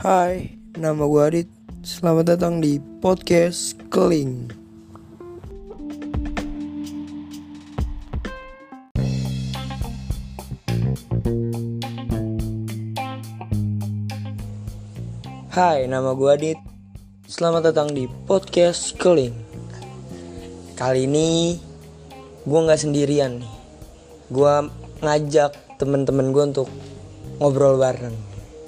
Hai, nama gue Adit. Selamat datang di podcast Keling. Hai, nama gue Adit. Selamat datang di podcast Keling. Kali ini gue gak sendirian nih. Gue ngajak temen-temen gue untuk ngobrol bareng.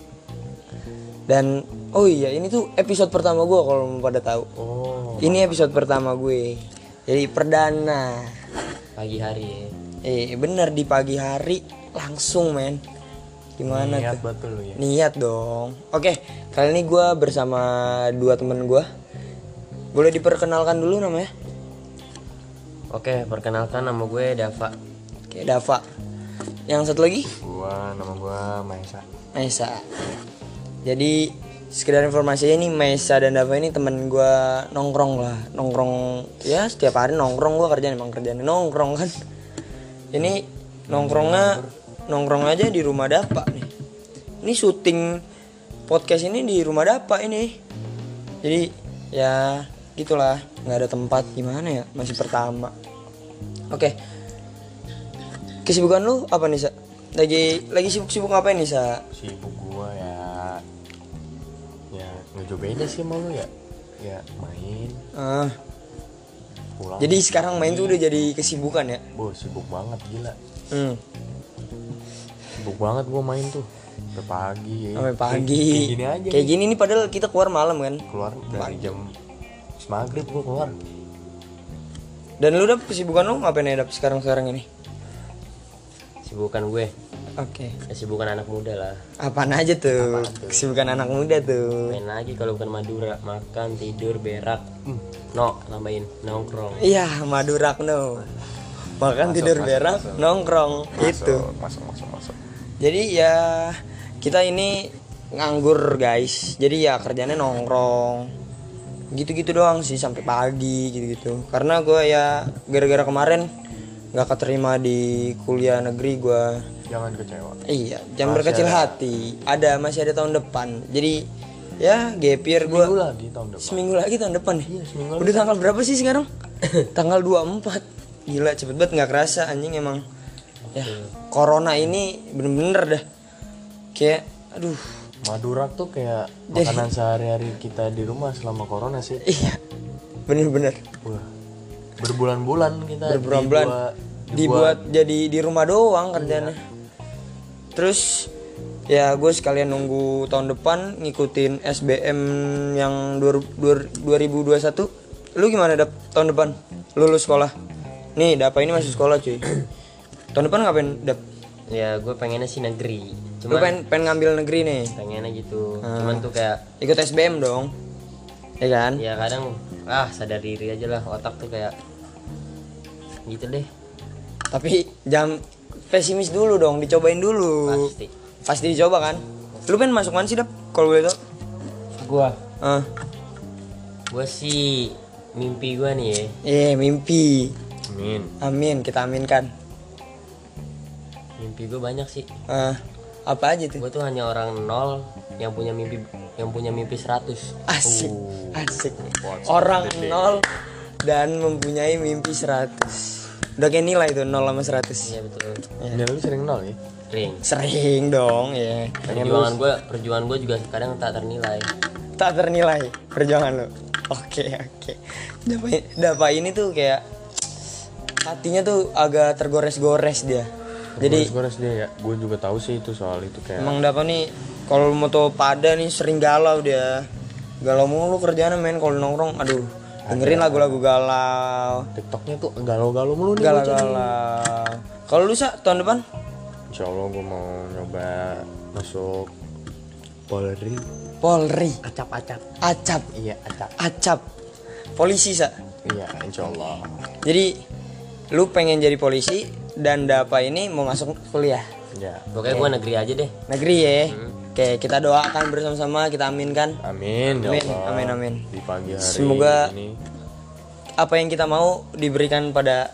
Dan oh iya, ini tuh episode pertama gue kalau mau pada tahu. Ini episode pertama gue. Jadi perdana. Pagi hari ya. Bener di pagi hari langsung men. Gimana Niat tuh? betul ya. Niat dong. Oke, kali ini gue bersama dua temen gue. Boleh diperkenalkan dulu namanya? Oke, perkenalkan nama gue Dava. Oke, Dava. Yang satu lagi? Nama gue Maesa. Maesa. Jadi sekedar informasi ini, Maesa dan Dava ini temen gue nongkrong ya, setiap hari nongkrong. Gue kerjaan nongkrong kan. Ini nongkrong aja di rumah Dava nih. Ini syuting podcast ini di rumah Dava ini. Jadi ya gitulah, nggak ada tempat, gimana ya, masih pertama. Oke. Kesibukan lu apa nih, Sa? Lagi sibuk ngapain nih, Sa? Sibuk gua ya nggak jauh beda sih sama lu ya main pulang. Jadi sekarang main tuh udah jadi kesibukan ya? Sibuk banget gila. Sibuk banget gua main tuh sampai pagi ya. Sampai pagi. Kayak gini aja. Kayak gini nih, padahal kita keluar malam kan? Keluar dari jam maghrib gua keluar. Dan lu udah kesibukan lu ngapain ya sekarang ini? Sibukan gue. Oke. Kesibukan anak muda lah. Apaan aja tuh? Kesibukan anak muda tuh. Main lagi kalau bukan Madura, makan, tidur, berak. No, tambahin nongkrong. Iya, Madurak no. Makan, tidur, berak, nongkrong. Itu. Masuk. Jadi ya kita ini nganggur guys. Jadi ya kerjanya nongkrong. Gitu-gitu doang sih sampai pagi gitu-gitu. Karena gue ya gara-gara kemarin gak keterima di kuliah negeri gue. Jangan kecewa. Iya, jangan berkecil hati. Masih ada tahun depan. Jadi ya gap year gue. Seminggu lagi tahun depan nih. Iya, seminggu Udah tanggal berapa sih sekarang? Tanggal 24. Gila cepet banget, gak kerasa anjing emang. Ya, corona ini bener-bener dah. Kayak aduh. Madura tuh kayak makanan sehari-hari kita di rumah selama corona sih. Iya. Bener-bener. Wah. Berbulan-bulan kita dibuat jadi di rumah doang kerjanya. Terus ya gue sekalian nunggu tahun depan ngikutin SBM yang 2021. Lu gimana tahun depan? Lulus sekolah. Nih, Dapa ini masih sekolah cuy. Tahun depan ngapain, Dap? Ya gue pengennya sih negeri. Lu pengen ngambil negeri nih? Pengennya gitu. Cuman tuh kayak ikut SBM dong. Ya kan? ya kadang sadar diri aja lah, otak tuh kayak gitu deh. Tapi jangan pesimis dulu dong, dicobain dulu. Pasti dicoba kan? Lu pengen masuk mana sih, Dap? Kalau boleh tau? Gua sih mimpi gua nih ya. Mimpi. Amin, kita aminkan. Mimpi gua banyak sih. Apa aja tuh? Gua tuh hanya orang nol yang punya mimpi 100. Asik. Orang nol dan mempunyai mimpi 100. Udah kayak nilai tuh 0 sama 100. Iya betul. Ya. Lu sering nol ya? Sering dong ya. Perjuangan gue juga kadang tak ternilai. Tak ternilai perjuangan lo. Oke. Dapa ini tuh kayak hatinya tuh agak tergores-gores dia. Jadi gores dia ya. Gue juga tahu sih itu soal itu kayak. Emang Dapa nih kalau mau tau pada nih sering galau dia. Galau mulu kerjaannya men kalau nongkrong. Aduh. Dengerin lagu-lagu galau. TikToknya tuh galau-galau mulu nih. Galau. Kalau lu tahun depan? Insyaallah gue mau nyoba masuk Polri. Acap. Iya, Acap. Polisi Iya, insyaallah. Jadi lu pengen jadi polisi dan Dapa ini mau masuk kuliah. Ya. Pokoknya gue negeri aja deh. Negeri ya. Oke, kita doakan bersama-sama, kita aminkan. Amin ya Allah. Amin. Di pagi hari semoga ini apa yang kita mau diberikan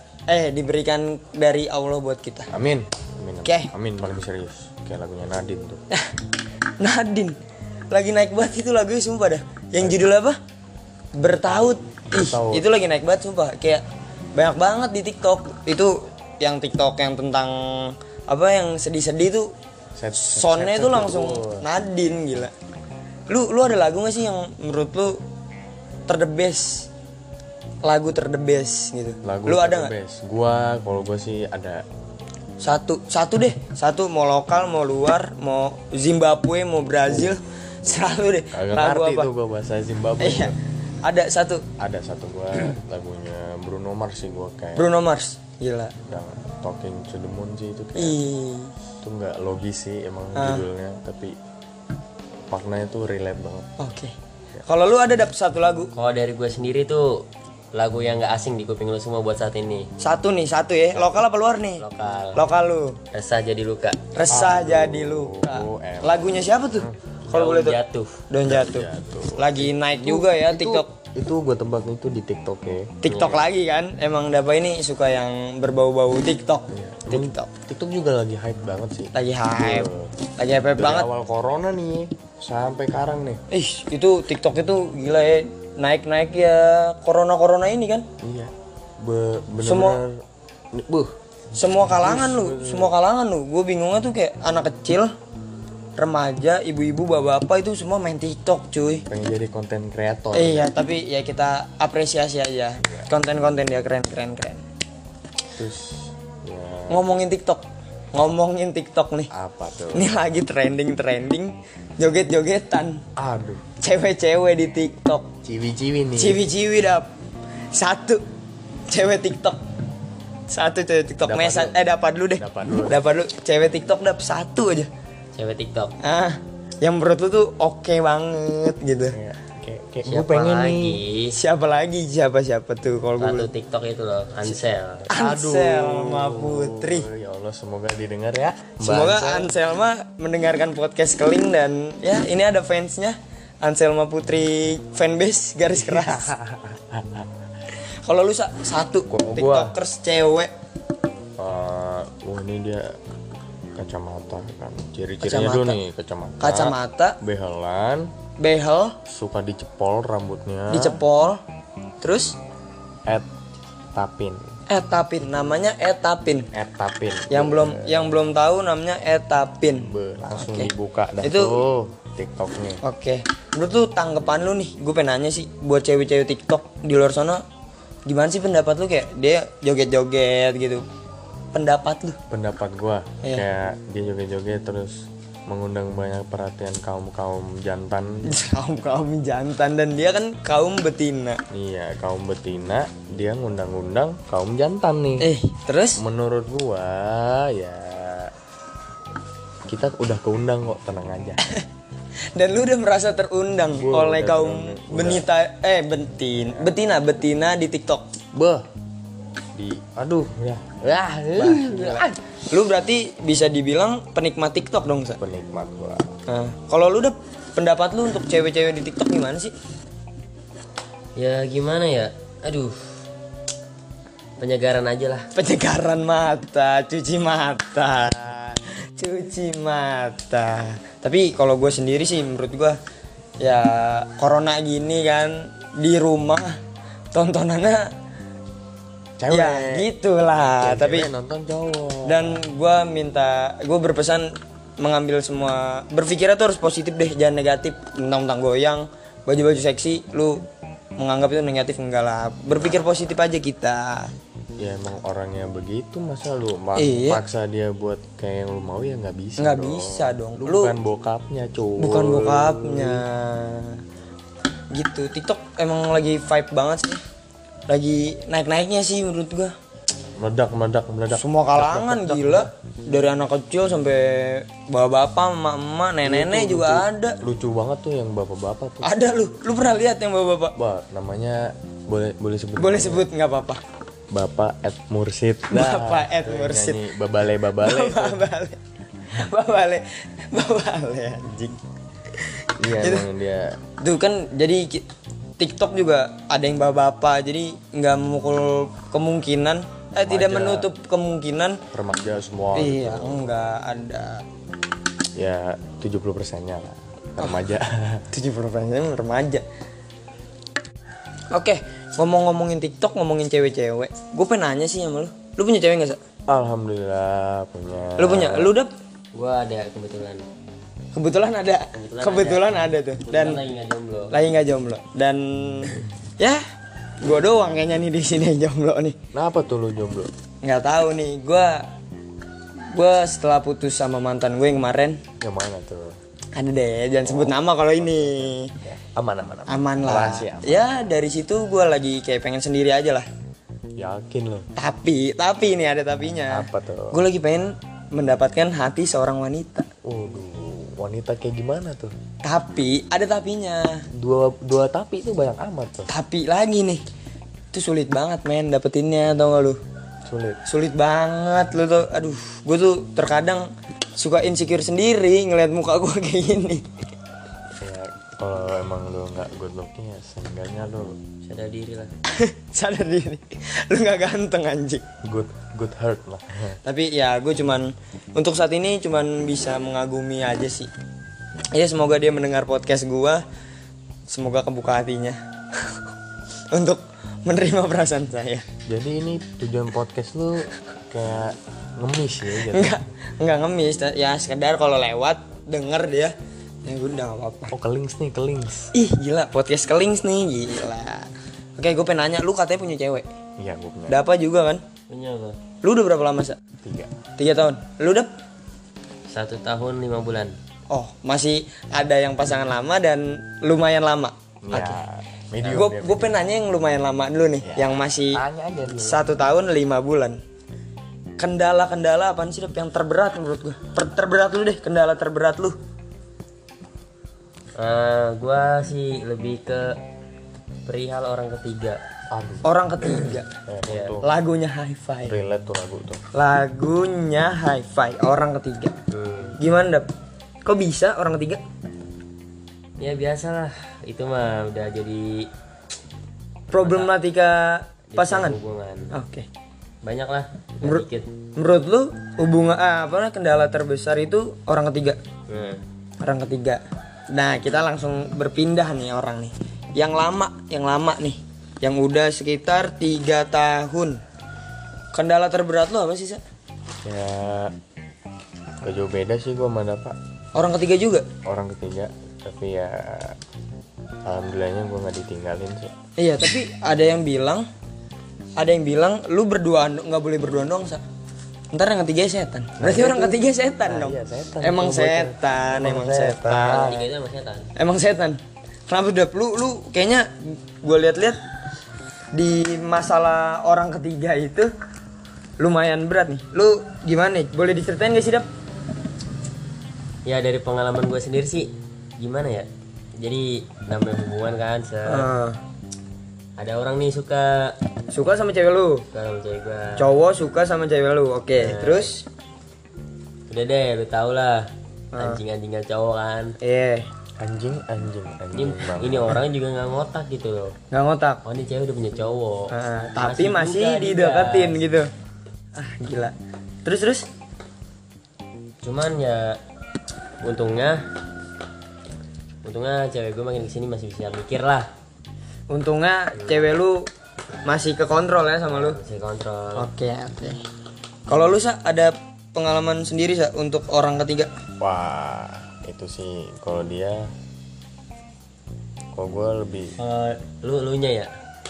dari Allah buat kita. Amin. Oke. Amin paling serius. Kayak lagunya Nadine tuh. Nadine. lagi naik banget itu lagunya sumpah dah. Yang judul apa? Bertaut. Ih, itu lagi naik banget sumpah. Kayak banyak banget di TikTok. Itu yang TikTok yang tentang apa yang sedih-sedih tuh. Soundnya itu langsung Nadine gila. Lu ada lagu gak sih yang menurut lu terdebes? Lagu terdebes gitu. Lagu lu ada nggak? Kalau gua sih ada Satu deh. Satu mau lokal, mau luar, mau Zimbabwe, mau Brazil. Selalu deh. Agak Lagu ngerti apa? tuh gua bahasa Zimbabwe. Iya. Ada satu. Ada satu gua lagunya Bruno Mars sih gua kayak. Bruno Mars. Gila. Yang Talking to the Moon sih itu kayak. Ih. Itu nggak logis sih emang judulnya, tapi maknanya tuh relate banget. Oke. Kalau lu ada dapet satu lagu? Kalau dari gue sendiri tuh lagu yang nggak asing di kuping lu semua buat saat ini. Satu ya. Lokal apa luar nih? Lokal. Lokal lu. Resah jadi luka. Resah jadi luka. Lagunya siapa tuh? Kalau boleh tuh. Jatuh. Daun jatuh. Lagi naik juga ya TikTok. Itu gue tebak itu di TikTok ya. TikTok lagi kan. Emang Dapa ini suka yang berbau-bau TikTok. TikTok juga lagi hype banget sih. Lagi hype. Lagi hype Dari banget. awal corona nih sampai sekarang nih. Itu TikTok itu gila ya. Naik-naik ya corona ini kan. Iya. Semua- bener-bener Semua kalangan lu. Gue bingungnya tuh kayak anak kecil, remaja, ibu-ibu, bapak-bapak itu semua main TikTok cuy. pengen jadi konten kreator. Iya, tapi ya kita apresiasi aja. Konten-konten dia keren. Terus ya Ngomongin TikTok nih. apa tuh? Ini lagi trending joget-jogetan. Aduh, Cewek-cewek di TikTok. ciwi-ciwi nih. Ciwi-ciwi dap. Satu cewek TikTok. Dapat dulu deh. Dapat dulu. Cewek TikTok dap satu aja. Cewek TikTok. Yang menurut lu tuh oke banget gitu. Kayak gue Siapa pengen lagi? nih. Siapa lagi? Siapa tuh kalau Satu gue? TikTok itu loh, Ansel. Anselma Putri. Ya Allah, semoga didengar ya. Semoga Anselma mendengarkan podcast Keling dan ya ini ada fansnya Anselma Putri fanbase garis keras. Kalau lu satu Kalau gua- TikTokers cewek ini dia kacamata kan. Ciri-cirinya dulu nih, kacamata, behelan, behel, suka dicepol rambutnya. dicepol, terus Tapin. Etapin, namanya Etapin. Tapin. Yang belum tahu namanya Etapin. Langsung dibuka dah Itu- tuh TikToknya. Oke, menurut lu tanggapan lu nih, gue pengen nanya sih buat cewek-cewek TikTok di luar sana, gimana sih pendapat lu kayak dia joget-joget gitu? Pendapat lu? Pendapat gua Iya. kayak dia joget-joget terus mengundang banyak perhatian kaum jantan. Kaum jantan dan dia kan kaum betina. Iya, kaum betina, dia ngundang-undang kaum jantan nih. Terus? Menurut gua ya kita udah keundang kok, tenang aja. Dan lu udah merasa terundang Gua oleh udah kaum terundang. betina di TikTok. Aduh ya. Lu berarti bisa dibilang penikmat TikTok dong, Sa? Penikmat gua. Nah, kalau lu udah pendapat lu untuk cewek-cewek di TikTok gimana sih? Ya gimana ya? Aduh. Penyegaran aja lah. Penyegaran mata, cuci mata. Tapi kalau gue sendiri sih menurut gue ya corona gini kan di rumah tontonannya Cewek. ya gitulah. Tapi nonton cowok. dan gue berpesan mengambil semua, berpikirnya tuh harus positif deh, jangan negatif. Tentang goyang, baju-baju seksi lu menganggap itu negatif, enggak lah. Berpikir positif aja kita. Ya emang orangnya begitu, masa lu Iya. paksa dia buat kayak yang lu mau, ya nggak bisa. Nggak dong. bisa dong. Lu Lu- bukan bokapnya, cuy. Bukan bokapnya. Gitu. TikTok emang lagi vibe banget sih. Lagi naik-naiknya sih menurut gua. Meledak. Semua kalangan gila. Dari anak kecil sampai bapak-bapak, emak-emak, nenek-nenek juga ada. Lucu banget tuh yang bapak-bapak tuh. Ada lu pernah lihat yang bapak-bapak? Namanya boleh sebut. Boleh sebut nggak apa-apa. Bapak Ed Mursid. Bapak Ed tuh Mursid. nyanyi babale. Babale anjing. Iya emang dia. Tuh kan jadi TikTok juga ada yang bapak-bapak, jadi nggak memukul kemungkinan, tidak menutup kemungkinan. Remaja semua. Iya, enggak ada. Ya 70%-nya lah. remaja. 70% remaja. Oke, ngomongin TikTok, ngomongin cewek-cewek. Gue pengen nanya sih sama lu. Lu punya cewek enggak, Sa? Alhamdulillah punya. Lu punya? Lu Dap? Gua ada kebetulan. Kebetulan ada. Kebetulan ada tuh. Dan Lagi nggak jomblo. lagi nggak jomblo. Dan ya, gue doang kayaknya nih di sini yang jomblo nih. Kenapa tuh lu jomblo? Nggak tahu nih, gue setelah putus sama mantan gue yang kemarin, Yang mana tuh? ada deh, jangan sebut nama kalau ini. Aman. Aman lah. Rahasia, aman. Ya dari situ gue lagi kayak pengen sendiri aja lah. Yakin lo? Tapi ini ada tapinya. Apa tuh? Gue lagi pengen mendapatkan hati seorang wanita. Waduh, wanita kayak gimana tuh? Tapi ada tapinya. Dua tapi itu banyak amat tuh. Tapi lagi nih, itu sulit banget men dapetinnya, tau gak lu? Sulit banget lu tuh. Aduh, gue tuh terkadang suka insecure sendiri ngeliat muka gue kayak gini. Ya kalau emang lu nggak good looking ya seenggaknya lu Sadar diri lah. Sadar diri, lu nggak ganteng anjing. good heart lah. Tapi ya gue cuman untuk saat ini cuman bisa mengagumi aja sih. Ya semoga dia mendengar podcast gue, semoga kebuka hatinya untuk menerima perasaan saya. Jadi ini tujuan podcast lu kayak ngemis ya gitu. Enggak ngemis ya, sekedar kalau lewat denger dia ya udah gak apa-apa. Oh kelings. Ih gila, podcast kelings nih, gila. Oke, gue pengen nanya, lu katanya punya cewek. Iya gue punya. Dapa juga kan? Punya apa? Lu udah berapa lama, Sa? 3. 3 tahun. Lu Dap? 1 tahun 5 bulan. Oh, masih ada yang pasangan lama dan lumayan lama. Ya, medium. Gue pengen nanya yang lumayan lama dulu nih, yang masih Tanya aja dulu. 1 tahun 5 bulan. Kendala-kendala apaan sih Dap yang terberat menurut gue? Terberat lu deh, kendala terberat lu. Gua sih lebih ke perihal orang ketiga. Aduh. Orang ketiga. Tuh. Lagunya Hi-Fi. Relate tuh lagu tuh. Lagunya Hi-Fi, orang ketiga. Gimana Dap? Kok bisa orang ketiga? Ya biasalah, itu mah udah jadi Problematika pasangan. hubungan. Oke. Banyak lah, Menurut, dikit. menurut lu hubungan kendala terbesar itu orang ketiga. Orang ketiga. Nah, kita langsung berpindah nih orang nih. Yang lama nih. Yang udah sekitar 3 tahun. Kendala terberat lu apa sih, Sa? Ya gak jauh beda sih gue sama Dapa. Orang ketiga juga? Orang ketiga. Tapi ya alhamdulillahnya gue gak ditinggalin sih. Iya, tapi ada yang bilang lu berduaan nggak boleh berduaan dong, Sa. Ntar yang ketiga setan. Berarti orang ketiga setan dong. Iya, setan. Emang setan. Orang ketiga itu sama setan. Emang setan. Kenapa udah lu kayaknya gue lihat-lihat di masalah orang ketiga itu lumayan berat nih. Lu gimana nih? Boleh diceritain gak sih, Dap? Ya dari pengalaman gue sendiri sih gimana ya. Jadi namanya hubungan kan ada orang nih suka Suka sama cewek lu. sama cewek gue. Cowok suka sama cewek lu. Oke, terus Udah deh, lu tau lah anjing-anjingnya cowok kan. Anjing Ini orang juga nggak ngotak gitu loh. nggak ngotak. Oh ini cewek udah punya cowok. Tapi masih juga dideketin digas. gitu. Ah, gila. Terus Cuman ya untungnya cewek gue makin kesini masih bisa mikir lah. untungnya cewek lu masih ke kontrol ya sama lu. Bisa kontrol. Oke. Kalau lu, Sa, ada pengalaman sendiri, Sa, untuk orang ketiga? Wah itu sih kalau dia. Kalau gue lebih Lu nya ya.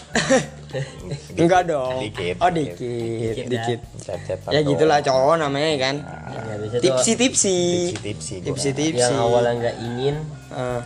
Enggak dong. Dikit. Oh, dikit. chat Ya gitulah cowok namanya kan. Ya, biasa tuh Tipsi. tipsi yang awalnya nggak ingin Ah,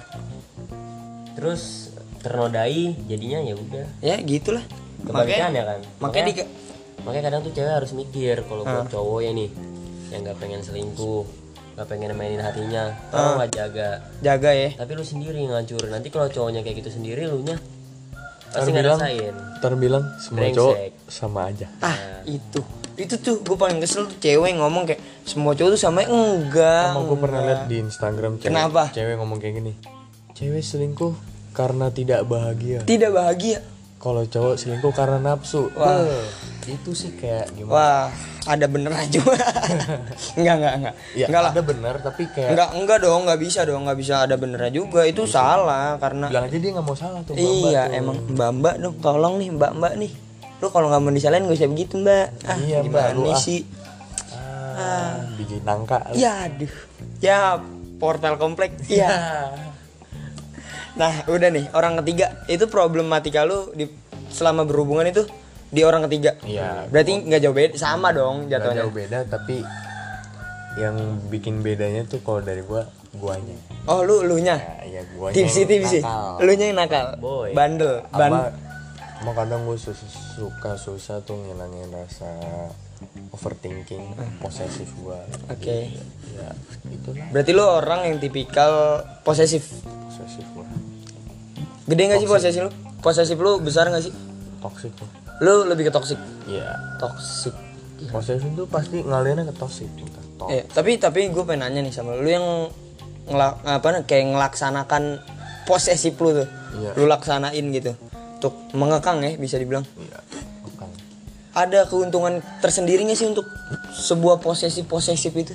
terus ternodai jadinya ya udah. ya gitulah. Kebalikan ya kan. Makanya Kadang tuh cewek harus mikir kalau buat cowok ya nih yang nggak pengen selingkuh, nggak pengen mainin hatinya, tolong nggak jaga ya. tapi lu sendiri ngancurin. Nanti kalau cowoknya kayak gitu sendiri, lu nya pasti ngerasain. Terbilang semua Brengsek. cowok sama aja. Itu tuh gue paling kesel tuh cewek ngomong kayak semua cowok tuh sama, enggak. Emang gue pernah lihat di Instagram Kenapa? Cewek ngomong kayak gini. Cewek selingkuh karena tidak bahagia. Tidak bahagia. kalau cowok selingkuh karena nafsu. Wah. Itu sih kayak gimana? Wah, ada bener aja. Enggak. Ya, Enggak lah. ada bener tapi kayak Enggak dong, enggak bisa ada benernya juga. Itu salah karena bilang aja dia nggak mau salah tuh. iya, tuh. emang Mbak dong, tolong nih Mbak nih. Lu kalau nggak mau disalahin gak usah begitu, Mbak. Iya, Mbak, gimana lu, nih ah. sih? Bikin nangka. Ya aduh. Ya portal komplek. Iya. Nah, udah nih, orang ketiga. Itu problematika lu selama berhubungan itu di orang ketiga. Iya. Berarti nggak jauh beda, sama dong Nggak jatuhnya. jauh beda tapi yang bikin bedanya tuh kalau dari guanya. Oh, lunya. Ya guanya. Tipsi. nakal. Lunya yang nakal. Boy. Bandel. Sama kadang gue susah tuh ngilangin rasa overthinking, posesif gue. Oke. Ya itulah Berarti lu orang yang tipikal posesif. posesif gue. Gede nggak sih posesif lu? Posesif lu besar nggak sih? Toxic tuh. Lu lebih ke toxic. Iya. Toxic. Posesif tuh pasti ngalirnya ke toxic. Tapi gue pengen nanya nih sama lu yang kayak ngelaksanakan posesif lu tuh. Iya. Lu laksanain gitu. Untuk mengekang ya bisa dibilang. Iya. Bukan. Ada keuntungan tersendiri nggak sih untuk sebuah posesif itu?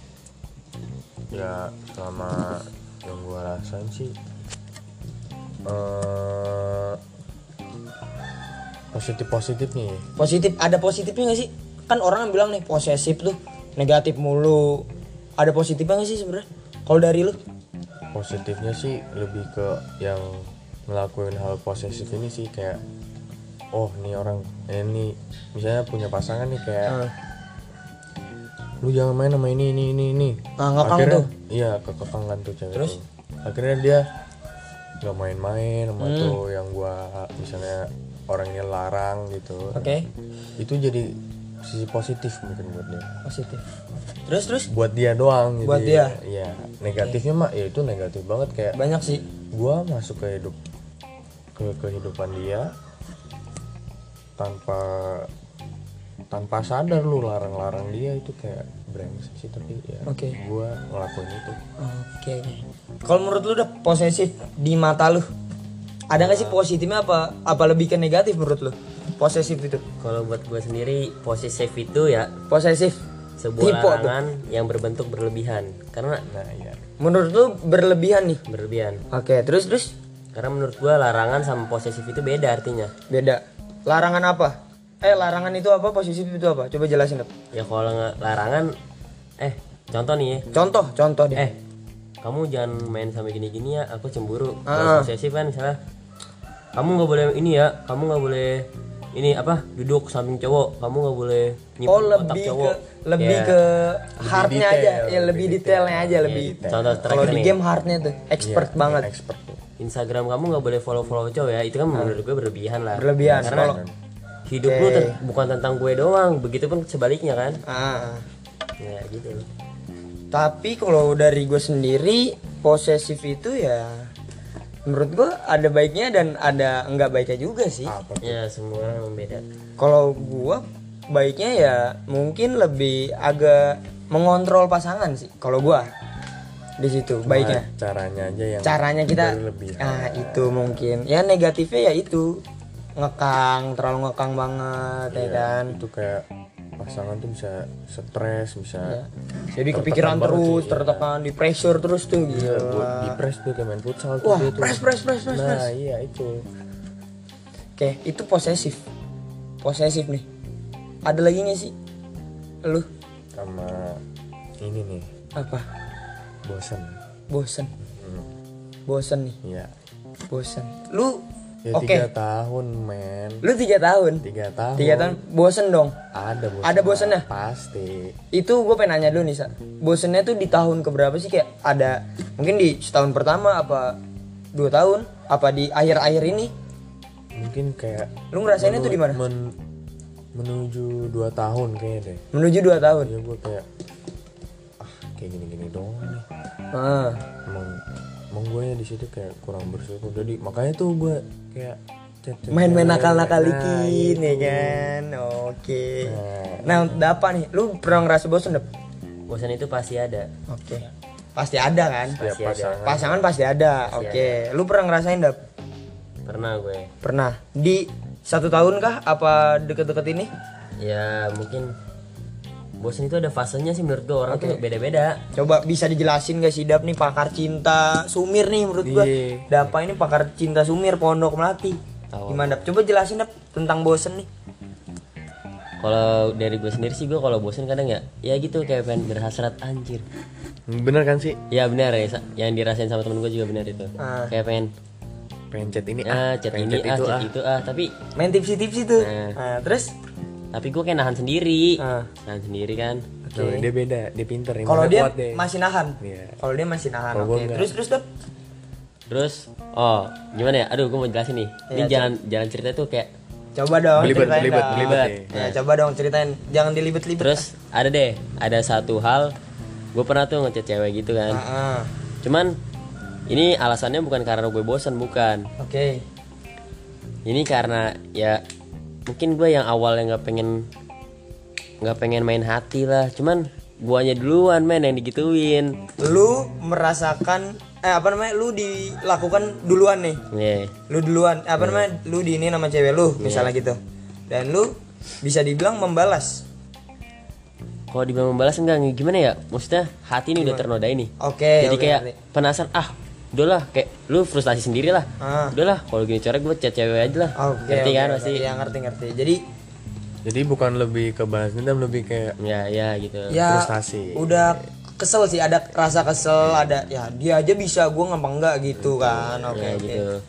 Ya selama yang gue rasain sih positif nih. Positif, ada positifnya nggak sih? Kan orang bilang nih posesif tuh negatif mulu. Ada positifnya nggak sih sebenarnya? Kalau dari lu? Positifnya sih lebih ke yang ngelakuin hal posesif ini sih kayak oh nih orang ini misalnya punya pasangan nih kayak lu jangan main sama ini. Ngekang akhirnya tuh. iya kekekang kan tuh cewek Terus? tuh. Akhirnya dia nggak main-main sama tuh yang gua misalnya orangnya larang gitu. Oke. Itu jadi sisi positif mungkin buat dia. Positif. Terus? Buat dia doang. Buat jadi, dia? Iya. Negatifnya mah ya itu negatif banget kayak Banyak sih. gua masuk ke kehidupan dia tanpa sadar lu larang-larang dia itu kayak brengsek sih tapi ya Oke. gua ngelakuin itu. Oke. Kalau menurut lu udah posesif di mata lu, ada nggak sih positifnya apa lebih ke negatif menurut lu? Posesif itu. Kalau buat gue sendiri posesif itu ya Posesif. sebuah Tipe tuh. larangan yang berbentuk berlebihan. Karena Nah iya Menurut lu berlebihan nih. berlebihan. Oke, terus Karena menurut gue larangan sama posesif itu beda artinya. beda. Larangan apa? Larangan itu apa? Posesif itu apa? Coba jelasin, Dap. Ya kalau nggak larangan, contoh nih ya. Contoh deh. Kamu jangan main sampai gini-gini ya, aku cemburu. Kalau posesif kan misalnya, kamu nggak boleh ini ya, kamu nggak boleh ini apa duduk samping cowok, kamu nggak boleh nyimpen otak cowok. lebih Ya. ke hardnya detail, aja, ya lebih detailnya aja lebih. Contoh Kalau terakhir di nih, game hardnya tuh expert banget. expert tuh. Instagram kamu nggak boleh follow cowok ya, itu kan menurut gue berlebihan lah. Berlebihan. Karena Kalau hidup lu bukan tentang gue doang, begitupun sebaliknya kan. Ya gitu. Tapi kalau dari gue sendiri posesif itu ya menurut gue ada baiknya dan ada enggak baiknya juga sih. Apa tuh? Ya semua orang beda. Kalau gue baiknya ya mungkin lebih agak mengontrol pasangan sih. Kalau gue di situ baiknya. Caranya aja yang Caranya kita berlebihan. itu mungkin. Ya negatifnya ya itu terlalu ngekang banget ya kan. Itu kayak pasangan tuh bisa stres, bisa Jadi kepikiran banget terus, sih, tertekan, di pressure terus tuh gitu. di press tuh kayak main futsal tuh Wah, dia tuh. press. Nah, iya itu. Oke, itu posesif. Posesif nih. Ada lagi nggak sih? Lu Sama ini nih, apa? bosan. Bosen nih. Iya. Bosen. Lu Ya oke. 3 tahun, men. Lu 3 tahun. 3 tahun. 3 tahun bosen dong. Ada bosan. Ada bosannya? Pasti. Itu gue pengen nanya dulu nih, Sa. Bosennya tuh di tahun keberapa sih, kayak ada mungkin di setahun pertama apa 2 tahun apa di akhir-akhir ini? Mungkin kayak Lu ngerasainnya tuh di mana? Menuju 2 tahun kayaknya deh. Menuju 2 tahun. Ya gue kayak kayak gini-gini doang nih. Ah. Emang gue di situ kayak kurang bersyukur. Jadi makanya tuh gue kayak Main-main nakal-nakal dikit ya kan. Oke. Nah, udah apa nih? Lu pernah ngerasa bosen, Dap? Bosan itu pasti ada. Oke. Pasti ada kan? Pasti ada. Pasangan pasti ada. Oke. Lu pernah ngerasain, Dap? Pernah gue. Pernah. Di 1 tahun kah apa deket-deket ini? Ya mungkin bosan itu ada fasenya sih menurut gue, orang tuh beda-beda. Coba bisa dijelasin gak sih Dap nih, pakar cinta Sumir nih menurut gua. Dapa ini pakar cinta Sumir Pondok Melati. Gimana Dap? Coba jelasin Dap tentang bosen nih. Kalau dari gue sendiri sih, gue kalau bosan kadang ya gitu kayak pengen berhasrat anjir. Bener kan sih? Ya benar ya, yang dirasain sama temen gue juga benar itu. Kayak pengen chat ini chat ini chat itu tapi main tipsi-tipsi tuh. Terus tapi gue kayak nahan sendiri. Nahan sendiri kan. Tuh, dia beda, dia pinter. Kalau dia kuat deh. masih nahan. Iya. Kalau dia masih nahan. Kalau Oke. Terus Dap? Terus gimana ya? Aduh, gue mau jelasin nih. Ini jalan cerita tuh kayak Coba dong ceritain. Belibet. Ya, coba dong ceritain. Jangan dilibet-libet. Terus ada satu hal, gue pernah tuh ngechat cewek gitu kan. Cuman ini alasannya bukan karena gue bosan, bukan. Oke. Ini karena ya mungkin gue yang awalnya nggak pengen main hati lah, cuman guanya duluan men yang digituin. Lu merasakan lu dilakukan duluan nih. Lu duluan lu di ini nama cewek lu misalnya gitu. Dan lu bisa dibilang membalas. Kalau dibilang membalas enggak, gimana ya? Maksudnya hati ini udah ternodai nih. Jadi kayak penasaran, udahlah, kayak lu frustasi sendiri lah. Udahlah, kalau gini cara gue chat cewek aja lah. Ngerti kan pasti? Iya, ngerti. Jadi bukan lebih ke balas dendam, lebih kayak ya gitu. Ya, frustasi. Udah kesel sih, ada rasa kesel, ada ya dia aja bisa, gue ngapa enggak gitu kan. Oke.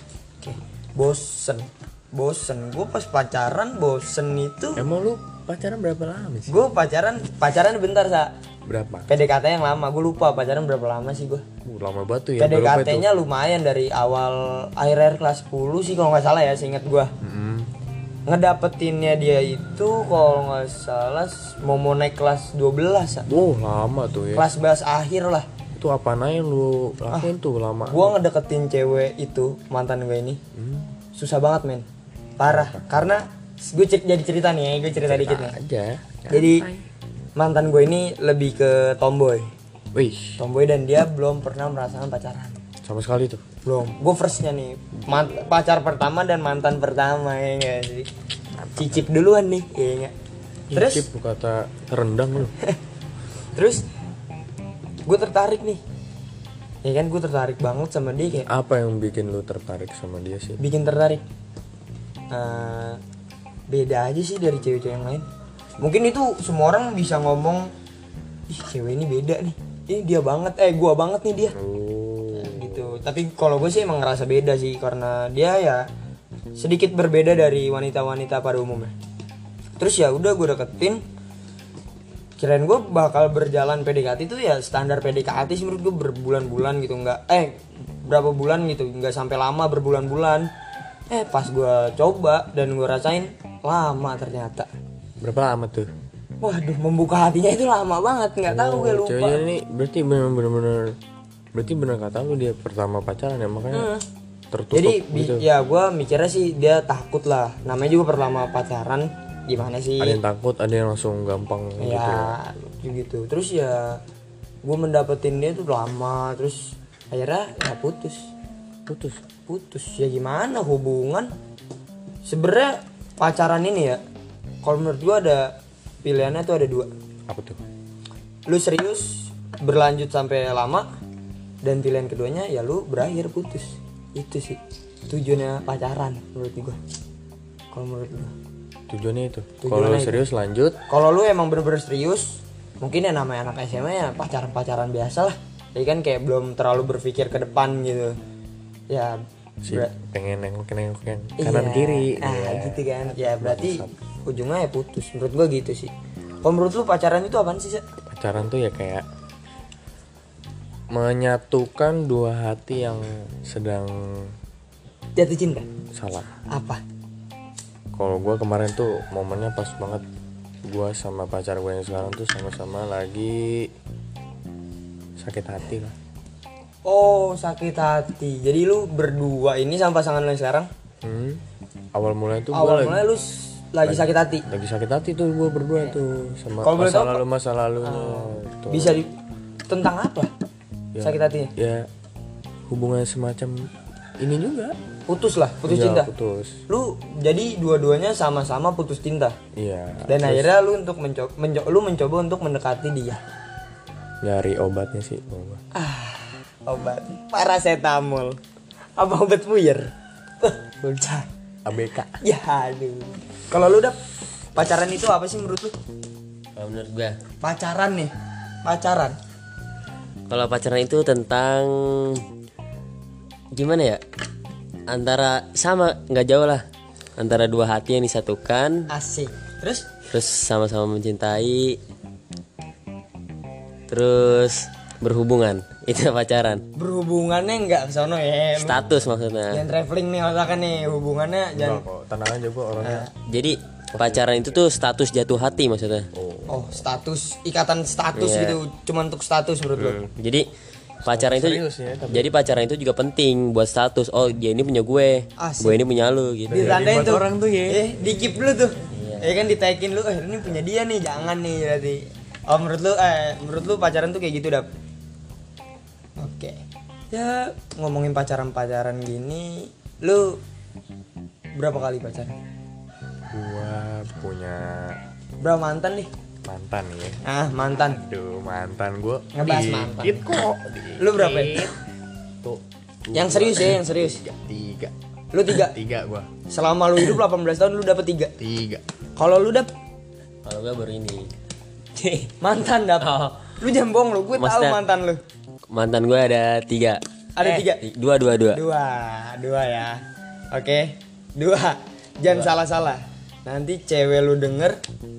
Bosen. Gue pas pacaran bosen itu. Emang lu pacaran berapa lama sih? Gue pacaran bentar Sa. Berapa? PDKT yang lama, gue lupa pacaran berapa lama sih gue. Lama batu ya. PDKT-nya lumayan dari awal akhir kelas 10 sih kalau nggak salah ya, seingat gue. Ngedapetinnya dia itu kalau nggak salah mau naik kelas 12 Sa. Lama tuh ya. Kelas 11 akhir lah. Itu apa yang lu lakuin tuh lama? Gue ngedeketin cewek itu, mantan gue ini. Susah banget men. Parah. Karena gue jadi cerita nih, gue cerita dikit nih. Aja. Jadi mantan gue ini lebih ke tomboy. Wih, Tomboy dan dia belum pernah merasakan pacaran. sama sekali tuh. Belum. Gue firstnya nih, pacar pertama dan mantan pertama ya nggak sih. Cicip duluan nih, ya nggak. Terus Cicip kata rendang lu. terus gue tertarik nih. Ya kan, gue tertarik banget sama dia kayak. Apa yang bikin lu tertarik sama dia sih? Bikin tertarik. Beda aja sih dari cewek-cewek yang lain. Mungkin itu semua orang bisa ngomong, ih cewek ini beda nih. Ini dia banget, gua banget nih dia. Nah, gitu. Tapi kalau gue sih emang ngerasa beda sih, karena dia ya sedikit berbeda dari wanita-wanita pada umumnya. Terus ya udah gue deketin. Kirain gue bakal berjalan PDKT itu ya standar PDKT sih menurut gue, berbulan-bulan gitu, berapa bulan gitu, nggak sampai lama, berbulan-bulan. Pas gue coba dan gue rasain lama ternyata. Berapa lama tuh? Waduh, membuka hatinya itu lama banget, nggak tahu gue lupa. Ceweknya ini berarti bener kata lu, dia pertama pacaran ya, makanya tertutup. Jadi gitu. ya gue mikirnya sih dia takut lah, namanya juga pertama pacaran, gimana sih? Ada yang takut, ada yang langsung gampang gitu. Terus ya gue mendapetin dia tuh lama, terus akhirnya ya putus ya gimana, hubungan sebenarnya pacaran ini ya, kalau menurut gue ada pilihannya tuh ada 2. Apa tuh? Lu serius berlanjut sampai lama, dan pilihan keduanya ya lu berakhir putus. Itu sih tujuannya pacaran menurut gue. Kalau menurut gue tujuannya itu. Kalau lu serius lanjut. Kalau lu emang bener-bener serius, mungkin ya namanya anak SMA ya pacaran biasa lah. Jadi kan kayak belum terlalu berpikir ke depan gitu. Ya pengen nengokin kanan kiri. Gitu kan. Ya berarti ujungnya ya putus. Menurut gua gitu sih. Kalau menurut lu pacaran itu apaan sih, Sa? Pacaran tuh ya kayak menyatukan dua hati yang sedang jatuh cinta. Salah. Apa? Kalau gua kemarin tuh momennya pas banget. Gua sama pacar gue yang sekarang tuh sama-sama lagi sakit hati lah. Oh, sakit hati. Jadi lu berdua ini sama pasangan lu yang sekarang? Awal mulai tuh lu lagi sakit hati. Lagi sakit hati tuh gue berdua tuh sama masa lalunya. Bisa tentang apa? Ya, sakit hatinya? Ya hubungan semacam ini juga putus Iya, cinta. putus. Lu jadi dua-duanya sama-sama putus cinta. Iya. Dan akhirnya lu untuk mencoba untuk mendekati dia. Nyari obatnya sih. Obat paracetamol. Apa obat puyer? Bocah. ABK. Ya aduh. Kalau lu udah pacaran itu apa sih menurut lu? Kalau menurut gue, Pacaran nih. Pacaran. kalau pacaran itu tentang gimana ya? Antara sama nggak jauh lah. Antara dua hati yang disatukan, Asik. Terus terus sama-sama mencintai, terus berhubungan. Itu pacaran. berhubungannya enggak ke sono ya. Status maksudnya. Jangan traveling nih otaknya nih, hubungannya jangan. Enggak kok, tenang aja gua orangnya. Jadi pacaran itu tuh status jatuh hati maksudnya. Oh, status, ikatan status Iya. gitu, cuma untuk status menurut lu. Jadi pacaran itu Serius ya, tapi- jadi pacaran itu juga penting buat status. Oh, dia ini punya gue. Asik. Gue ini punya lu gitu. Ditandain buat tuh orang tuh ya. di-keep dulu tuh. Ya kan ditekin lu, ini punya dia nih, jangan nih berarti. Oh, menurut lu pacaran tuh kayak gitu, Dap. Oke. Ya, ngomongin pacaran gini, lu berapa kali pacaran? Gua punya Berapa mantan nih? mantan ya. Ah, mantan. Aduh, mantan gua. Ngebahas mantan. Dikit kok. Lu berapa ya? Tuh. Yang serius ya, yang serius. Tiga. Lu 3. Tiga gua. Selama lu hidup 18 tahun lu dapet 3. Tiga. Kalau lu Dap Kalau gue baru ini. mantan Dap. Lu jangan bohong lu, gue tahu Maksudnya- mantan lu. Mantan gue ada 3. Ada 3. Dua. Dua ya. Oke. 2. Jangan salah-salah. Nanti cewek lu denger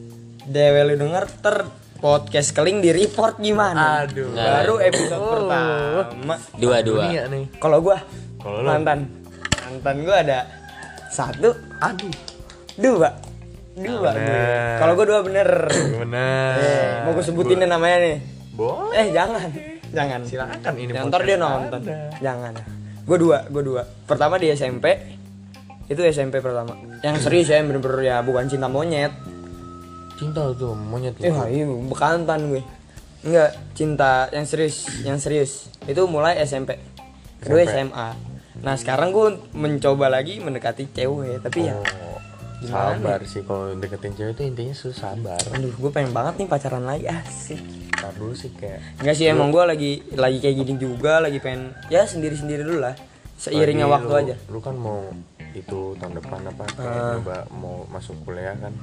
ter podcast keling di report gimana? Aduh. Baru episode pertama. Dua. Dunia nih. Kalau gua Kalau lu? mantan gua ada 1, Aduh. 2. Bener. Kalau gua 2 bener. Bener. Mau gua sebutin namanya nih. Boleh. Jangan. Silakan ini. Ya, ntar dia podcast nonton. Anda. Jangan. Gue dua. Pertama di SMP. Itu SMP pertama. Yang serius ya, bener-bener ya bukan cinta monyet. Cinta tuh monyet tuh. Iya, bekantan gue. Enggak, cinta yang serius. Itu mulai SMP. Gue SMA. Nah, sekarang gue mencoba lagi mendekati cewek, tapi ya Oh, sabar sih kalau deketin cewek itu intinya susah sabar. aduh, gue pengen banget nih pacaran lagi, asik. Sabar dulu sih kayak. Enggak sih, emang gue lagi kayak gini juga, lagi pengen ya sendiri-sendiri dulu lah. Seiringnya Lagi waktu lu- aja. Lu kan mau itu tahun depan apa kayak nyoba mau masuk kuliah kan.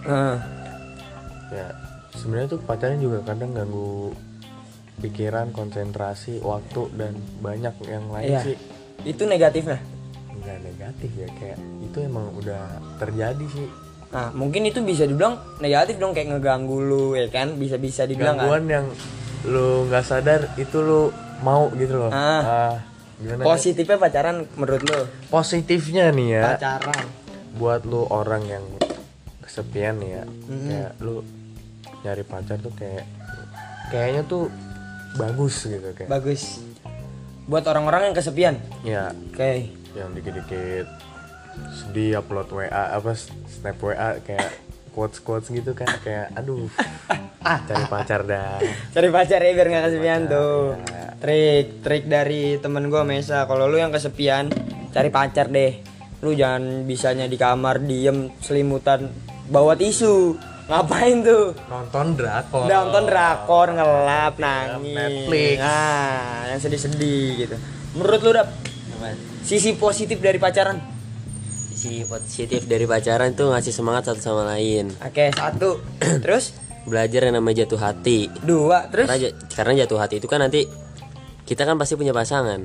Ya sebenarnya tuh pacaran juga kadang ganggu pikiran, konsentrasi, waktu dan banyak yang lain Iya. sih. Itu negatifnya. Nggak negatif ya, kayak itu emang udah terjadi sih. Nah, mungkin itu bisa dibilang negatif dong, kayak ngeganggu lu ya kan, bisa dibilang kan. Gangguan yang lu nggak sadar itu lu mau gitu loh. Gimana? Positifnya pacaran menurut lu? Positifnya nih ya, Pacaran. buat lu orang yang kesepian nih ya, kayak lu nyari pacar tuh kayaknya tuh bagus gitu kayak. Bagus. Buat orang-orang yang kesepian. Ya, Oke. yang dikit-dikit sedih upload WA apa snap WA kayak quotes gitu kan, kayak aduh. Cari pacar dah. Cari pacar ya biar nggak kesepian tuh. Trik dari temen gue Mesa. Kalau lu yang kesepian, cari pacar deh. Lu jangan bisanya di kamar diem selimutan bawa tisu. Ngapain tuh? Nonton drakor. Nonton drakor, ngelap, nangis. Netflix. Nah, yang sedih-sedih gitu. Menurut lu, Dap, sisi positif dari pacaran? Sisi positif dari pacaran tuh ngasih semangat satu sama lain. Oke, 1. Terus? Belajar yang namanya jatuh hati. 2. Terus? Karena jatuh hati itu kan nanti kita kan pasti punya pasangan.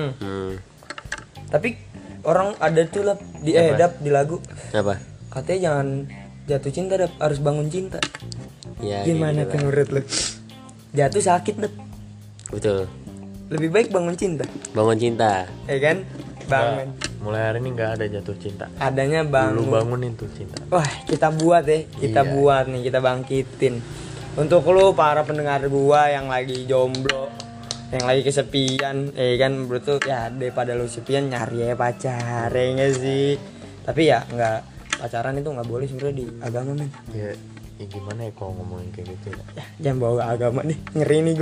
Tapi orang ada tuh lah Dap di lagu. Apa? Katanya jangan jatuh cinta, Dap, harus bangun cinta. Ya, Gimana kayak tuh menurut lu? Jatuh sakit, Dap. betul. Lebih baik bangun cinta. Bangun cinta. Ya kan? Bangun. Mulai hari ini nggak ada jatuh cinta. Adanya Lu bangun. bangunin tuh cinta. Wah, kita buat ya. Kita Iya. buat nih, kita bangkitin. Untuk lu para pendengar gua yang lagi jomblo, yang lagi kesepian, kan menurut tuh ya daripada lu sepian nyari ya pacar, ya nggak sih? Tapi ya nggak, pacaran itu nggak boleh sebenarnya di agama, men. Ya gimana ya kalau ngomongin kayak gitu ya. Ya, jangan bawa agama nih, ngeri nih gue.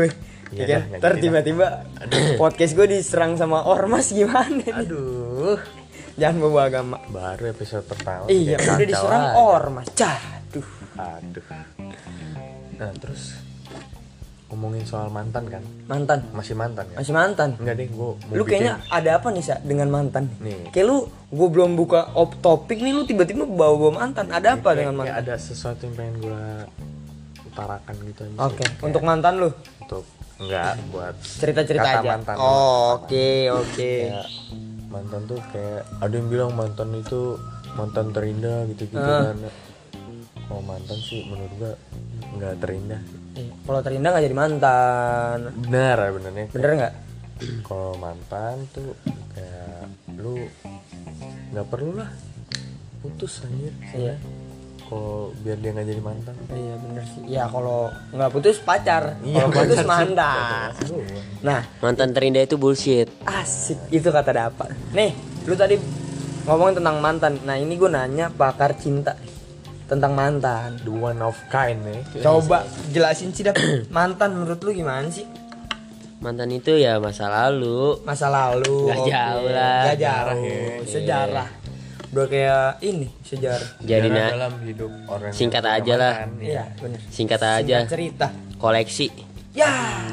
Ya kan? Ntar tiba-tiba podcast gue diserang sama ormas gimana nih? Aduh, Jangan bawa agama. baru episode pertama. Iya, kayak udah kacau diserang aja. ormas. Aduh. Aduh. Nah terus ngomongin soal mantan kan, Mantan. masih mantan ya? Masih mantan. Enggak deh, gue mau Lu bikin. kayaknya ada apa nih Sa dengan mantan? Nih. Kayak lu, gue belum buka topik nih, lu tiba-tiba bawa-bawa mantan. Ada apa dengan Kayak mantan? ada sesuatu yang pengen gue utarakan gitu aja. Oke, sih. untuk mantan lu Untuk enggak buat cerita-cerita kata aja. mantan. Oh, oke. Kayak mantan tuh kayak ada yang bilang mantan itu mantan terindah gitu-gitu kan. Oh mantan sih menurut gua nggak terindah. Kalau terindah nggak jadi mantan. Benar benernya. Bener nggak? Kalau mantan tuh kayak lu nggak perlu lah putus anjir. Iya. Kalau biar dia nggak jadi mantan. Iya bener sih. Ya kalau nggak putus pacar, Iya, kalau putus pacar sih. mantan. Nah, Mantan terindah itu bullshit. asik itu kata dapat. Nih, lu tadi ngomongin tentang mantan. Nah ini gue nanya pakar cinta tentang mantan. The one of kind nih. Coba jelasin sih dah mantan menurut lu gimana sih? Mantan itu ya masa lalu. Masa lalu. Nggak oke. jauh lah. Nggak jauh. Sejarah. Udah kayak ini sejarah. Jadi dalam hidup orang singkat yang aja lah. mantan, Iya bener. Singkat aja, Singkat cerita. koleksi. Ya.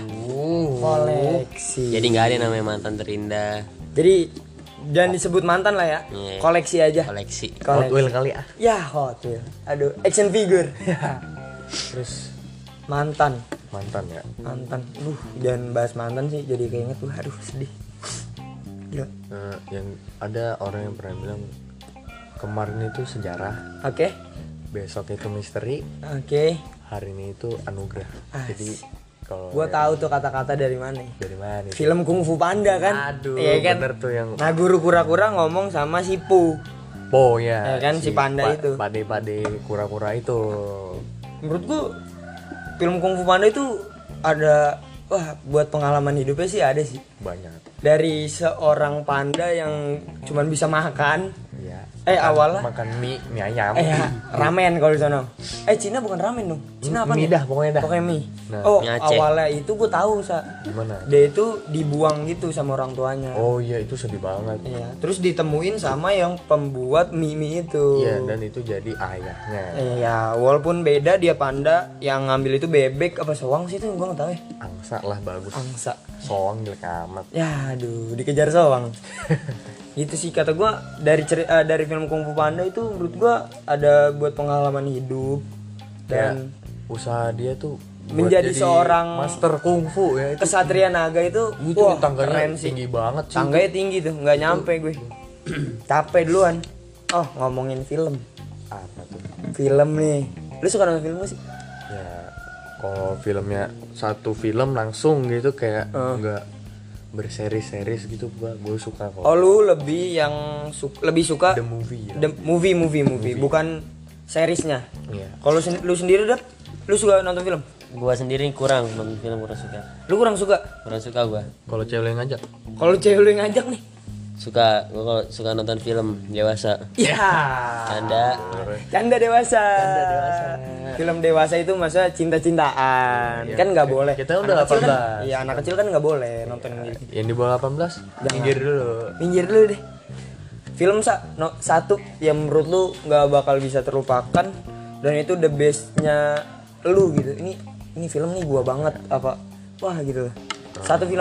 Koleksi. Jadi nggak ada yang namanya mantan terindah. Jadi jangan disebut mantan lah ya. Iya. Koleksi aja. Koleksi. Hot Wheels kali ah. Ya Hot Wheels. Aduh, action figure. Terus Mantan. mantan ya. Mantan. Jangan bahas mantan sih jadi keinget tuh. Aduh, sedih. Gila. Yang ada orang yang pernah bilang kemarin itu sejarah, Oke. besok itu misteri, Oke. hari ini itu anugerah. Jadi kalau Gua tahu tuh kata-kata dari mana. dari mana? itu? Film Kung Fu Panda kan? Aduh, Iya kan? bener tuh yang Nah, guru kura-kura ngomong sama si Pu. Po ya. Ya kan, si panda itu. Pade-pade kura-kura itu. Menurut gua film Kung Fu Panda itu ada buat pengalaman hidupnya sih ada sih. Banyak. Dari seorang panda yang cuman bisa makan. Ya. Awalnya Makan mie ayam. ramen kalau di sana. Cina bukan ramen dong. Cina apa Mie nih? dah, pokoknya dah. Pokoknya mie. Nah. Mie Aceh. Awalnya itu gue tahu Gimana? dia itu dibuang gitu sama orang tuanya. Oh iya itu sedih banget. Iya. Terus ditemuin sama yang pembuat mie itu. Iya dan itu jadi ayahnya. Iya, walaupun beda dia panda, yang ngambil itu bebek apa soang sih itu gue nggak tahu ya. Angsa lah bagus. Angsa. Soang jelek amat. Ya, aduh, dikejar soang. Gitu sih kata gue dari film Kung Fu Panda itu menurut gue ada buat pengalaman hidup dan Usaha dia tuh buat menjadi jadi seorang master kungfu ya itu. kesatria naga itu Itu wah, tangganya keren sih. tinggi banget sih. Tangganya tinggi tuh, nggak nyampe gue. Capek duluan. Oh, ngomongin film. Apa tuh? Film nih. Lu suka nonton film gak sih? Ya kalau filmnya satu film langsung gitu kayak enggak berseri-series gitu gue suka kok. Oh, lu lebih yang lebih suka The movie. Ya. the movie, bukan seriesnya. Iya. Kalau lu sendiri Dap, lu suka nonton film? Gua sendiri kurang nonton film, kurang suka. Lu kurang suka. Kurang suka gua. Kalau cewek yang ngajak. Kalau cewek lu yang ngajak nih. Gua kalau suka nonton film dewasa. Ya. Canda dewasa. Film dewasa itu masa cinta-cintaan. Kan nggak boleh. Kita udah Anak kecil 18. Kan, iya, anak kecil kan nggak boleh nonton gitu. Yang di bawah 18 minggir dulu. Minggir dulu deh. Film satu yang menurut lu nggak bakal bisa terlupakan dan itu the bestnya lu gitu. Ini film nih gua banget apa? Wah gitu. Satu film.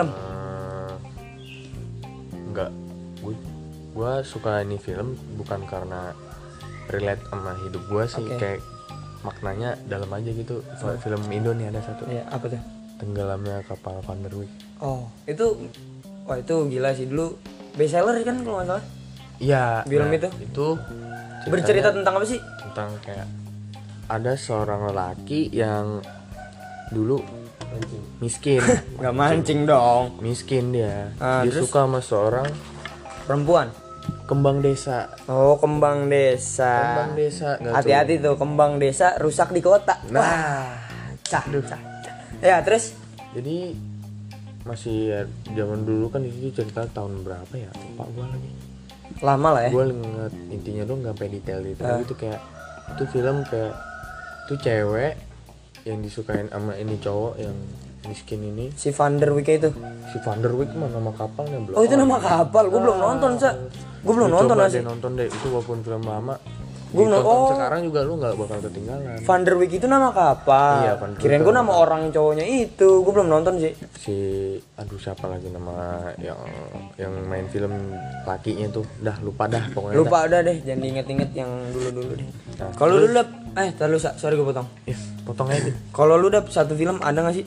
Enggak. Gua suka ini film bukan karena relate sama hidup gua sih, kayak maknanya dalam aja gitu. Film Indo nih ada satu. Iya, apa tuh? Tenggelamnya kapal Van der Wijk. Oh, itu gila sih dulu bestseller kan kalau nggak salah. Iya. Film itu? Itu Bercerita tentang apa sih? tentang kayak ada seorang lelaki yang dulu miskin. Nggak mancing dong. Miskin dia. Dia Terus? suka sama seorang Perempuan. kembang desa. Oh, kembang desa. Kembang desa. nggak Hati-hati tuh kembang desa rusak di kota. Nah. Wah, cah. Ya, terus Jadi masih ya, zaman dulu kan itu cerita tahun berapa ya? Lupa gua lagi. lama lah ya. Gue inget intinya dong nggak sampai detail itu. Itu kayak itu film kayak itu cewek yang disukain sama ini cowok yang miskin ini. Si Van der Wijk itu. Si Van der Wijk mah nama kapalnya belum. Oh itu nama kapal, gue belum nonton gue belum nonton coba asli. deh nonton deh itu walaupun film lama. Gua Ditonton sekarang juga lu nggak bakal ketinggalan. Van der Wijk itu nama kapal. Iya, Van der Wijk Kirain gue nama orang cowoknya itu, gue belum nonton sih. Si aduh siapa lagi nama yang main film lakinya tuh, dah lupa dah pokoknya. Lupa udah deh, jangan diinget-inget yang dulu deh. Nah, Kalau lu dap, sorry gue potong. Potong aja. Kalau lu dap satu film ada nggak sih?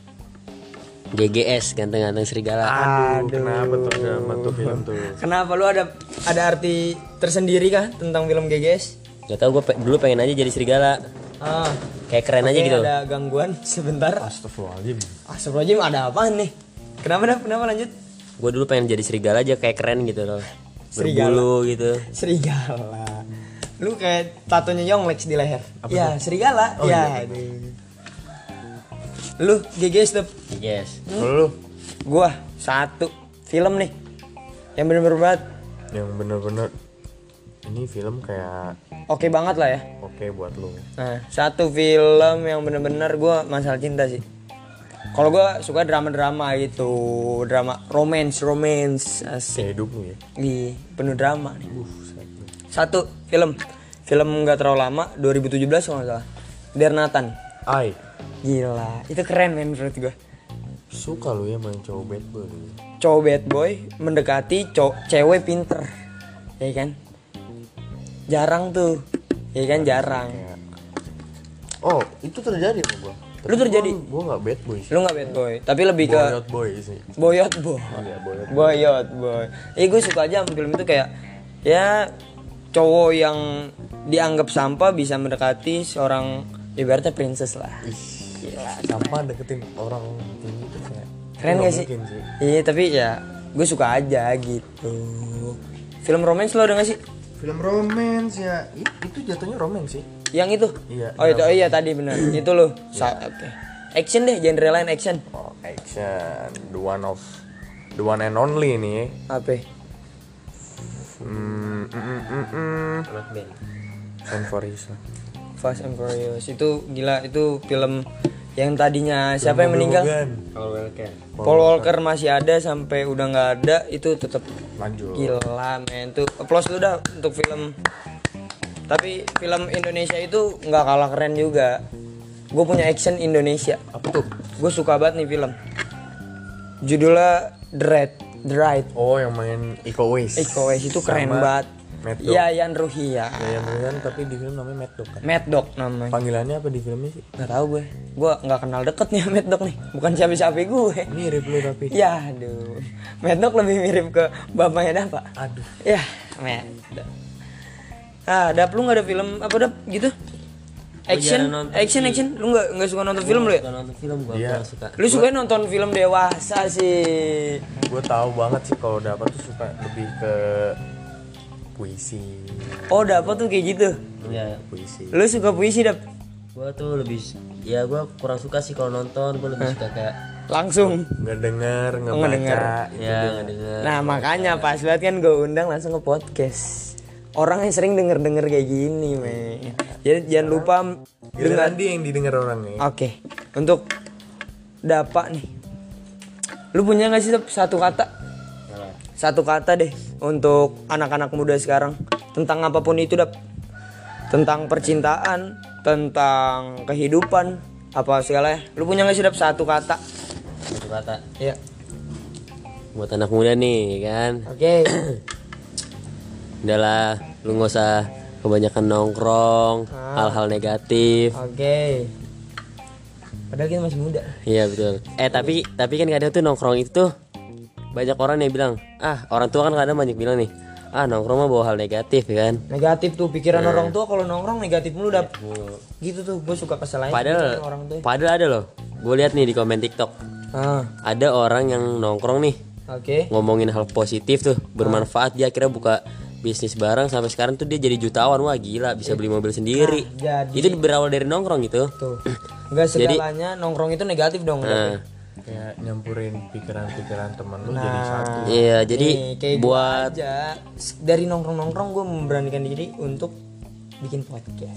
GGS, ganteng-ganteng serigala. Aduh, kenapa tuh ada film tuh? Kenapa lu ada arti tersendiri kah tentang film GGS? Gak tau, gue dulu pengen aja jadi serigala. Kayak keren aja Oke, gitu. ada gangguan sebentar. Astagfirullahaladzim. Ada apaan nih? Kenapa lanjut? Gue dulu pengen jadi serigala aja kayak keren gitu loh. Serigala. Berbulu gitu. Serigala. Lu kayak tatonya Yonglex di leher. Iya, serigala. Oh, ya. iya. Lu GGS dap. GGS. Kalau lu Gua satu film nih yang bener-bener banget. yang bener-bener ini film kayak Oke banget lah ya. oke buat lu. Nah, satu film yang bener-bener gue masalah cinta sih. Kalau gue suka drama-drama gitu, drama romance Kayak asik. hidup lu ya. Ih, penuh drama nih. Satu film nggak terlalu lama, 2017 kalau nggak salah. Dear Nathan. Gila, itu keren men menurut gue. Suka lu ya main cowok bad boy. Cowok bad boy mendekati cewek pinter, ya kan? Jarang tuh, ya kan jarang. Oh, itu terjadi sama gua. Lu terjadi? Gua nggak bad boy sih. Lu nggak bad boy, tapi lebih ke Boyot boy sih. boyot boy. Iya, boyot. Boyot boy. Gue suka aja sama film itu kayak ya cowok yang dianggap sampah bisa mendekati seorang ibaratnya princess lah. Gila, sampah deketin orang tinggi itu kayak Keren gak sih? mungkin sih. Iya tapi ya gue suka aja gitu. Film romance lo ada gak sih? Film romance ya, itu jatuhnya romance sih. Yang itu? Iya. Oh itu, iya tadi benar. Itu lo. Oke. Action deh, genre lain action. Oh, action, the one and only nih. Apa? Anak band. And for his Fast and Furious itu gila, itu film yang tadinya siapa yang meninggal? Paul Walker masih ada sampai udah nggak ada, itu tetap lanjut. gila men, tuh applause lu dah untuk film. Tapi film Indonesia itu nggak kalah keren juga. Gue punya action Indonesia. Apa tuh? Gue suka banget nih film. Judulnya The Ride. Oh, yang main Iko Uwais. Iko Uwais itu keren Sama banget. Mad Dog. Yayan Ruhian. Yayan Ruhian, tapi di film namanya Mad Dog kan. Mad Dog namanya. Panggilannya apa di filmnya sih? Gak tau gue nggak kenal deket nih Mad Dog nih, bukan siapa-siapa gue. Mirip lu tapi. Ya aduh, Mad Dog lebih mirip ke bapaknya Dapa. Aduh. Ya Mad Dog. Dap lu nggak ada film apa Dap gitu? Action, action. Lu nggak suka nonton film lu ya? Suka nonton film gua Iya. gua suka. Lu suka nonton film dewasa sih. Gue tahu banget sih kalau dapat tuh suka lebih ke puisi. Oh Dapa tuh kayak gitu. Iya. Puisi. Lu suka puisi Dap? Gua tuh lebih ya gua kurang suka sih kalau nonton, gua lebih suka kayak Langsung. Ngedenger, ngedenger. ngebaca. Itu ya dia. ngedenger. Nah makanya pas banget kan gue undang langsung ke podcast. Orang yang sering denger kayak gini men. Jadi jangan lupa Giliran dia yang didengar orang nih. Oke, untuk Dapa nih. Lu punya gak sih Dap, satu kata? Satu kata deh untuk anak-anak muda sekarang tentang apapun itu Dap. Tentang percintaan, tentang kehidupan, apa segala ya. Lu punya gak sih Dap satu kata? Satu kata. Iya. Buat anak muda nih kan. Oke. Udahlah, lu nggak usah kebanyakan nongkrong, hal-hal negatif. Oke. Padahal kita masih muda. Iya betul. Tapi kan kadang tuh nongkrong itu tuh banyak orang yang bilang, orang tua kan kadang banyak bilang nih, nongkrong mah bawa hal negatif ya kan. Negatif tuh pikiran orang tua kalau nongkrong negatif mulu Dap. Gitu tuh, gue suka kesalahan orang tua. Padahal ada loh. Gue lihat nih di komen TikTok. Ada orang yang nongkrong nih Oke. ngomongin hal positif tuh, bermanfaat. Dia akhirnya buka bisnis barang, sampai sekarang tuh dia jadi jutawan. Wah gila, bisa beli mobil sendiri. jadi- Itu berawal dari nongkrong gitu. Tuh. Enggak segalanya nongkrong itu negatif dong. Nah, Kayak nyampurin pikiran-pikiran teman lu jadi satu. iya jadi Nih, kayak buat gua aja dari nongkrong gue memberanikan diri untuk bikin podcast.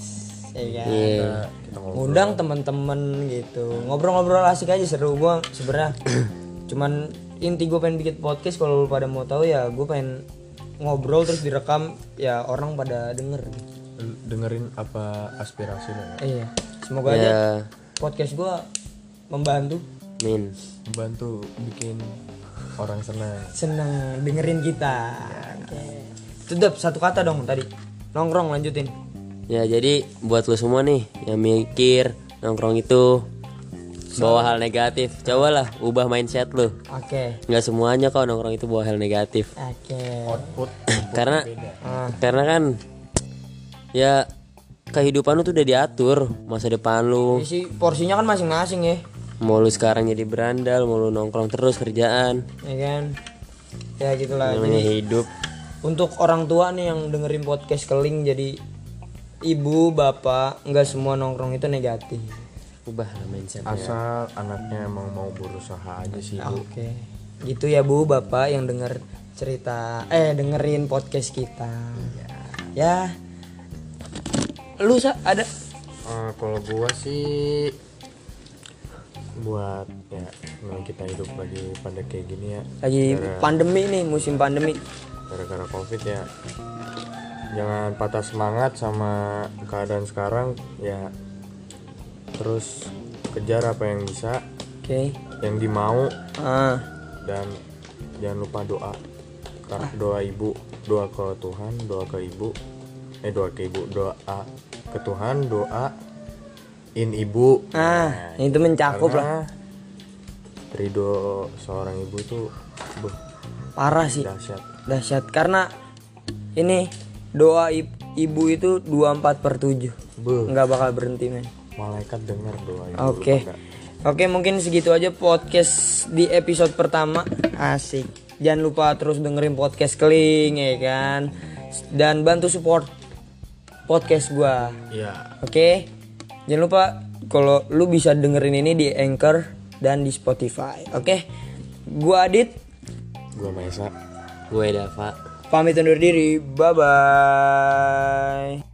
ya kan. Kita ngobrol. Undang teman-teman gitu, ngobrol-ngobrol asik aja, seru. Gue sebenarnya cuman inti gue pengen bikin podcast, kalau lu pada mau tahu ya gue pengen ngobrol terus direkam ya orang pada denger gitu. Dengerin apa aspirasi lo ya. Iya, semoga aja podcast gue membantu Membantu bikin orang seneng dengerin kita. Tetap satu kata dong tadi, nongkrong, lanjutin. Ya jadi buat lu semua nih yang mikir nongkrong itu bawa hal negatif, cobalah ubah mindset lu. Oke. Nggak semuanya kok nongkrong itu bawa hal negatif. output Karena kan ya kehidupan lu tuh udah diatur, masa depan lu. Isi porsinya kan masing-masing ya. Mau lu sekarang jadi berandal, mau lu nongkrong terus kerjaan. Ya kan. Ya gitulah. Namanya Jadi hidup. untuk orang tua nih yang dengerin podcast Keling, jadi ibu, bapak, nggak semua nongkrong itu negatif. Ubah mindset. asal anaknya emang mau berusaha aja sih Bu. Oke. Gitu ya Bu, bapak yang denger cerita dengerin podcast kita. Ya. Lu ada Kalau gua sih buat ya memang kita hidup lagi pada kayak gini ya, lagi pandemi nih, musim pandemi. gara-gara covid ya, jangan patah semangat sama keadaan sekarang ya, terus kejar apa yang bisa, Oke. yang dimau, Ah, dan jangan lupa doa. Doa ibu, doa ke Tuhan, doa ke ibu, doa ke Tuhan, doain ibu. itu mencakup lah. Karena ridho seorang ibu tuh Parah sih. dahsyat. Karena ini doa ibu itu 24/7. Nggak bakal berhenti, men. Malaikat dengar doa ibu. Oke, mungkin segitu aja podcast di episode pertama. Asik. Jangan lupa terus dengerin podcast Keling ya kan. Dan bantu support podcast gua. Iya. Oke. Jangan lupa kalau lu bisa dengerin ini di Anchor dan di Spotify. Oke. Gua Adit, Gua Maesa. Gue Dava. pamit undur diri. Bye bye.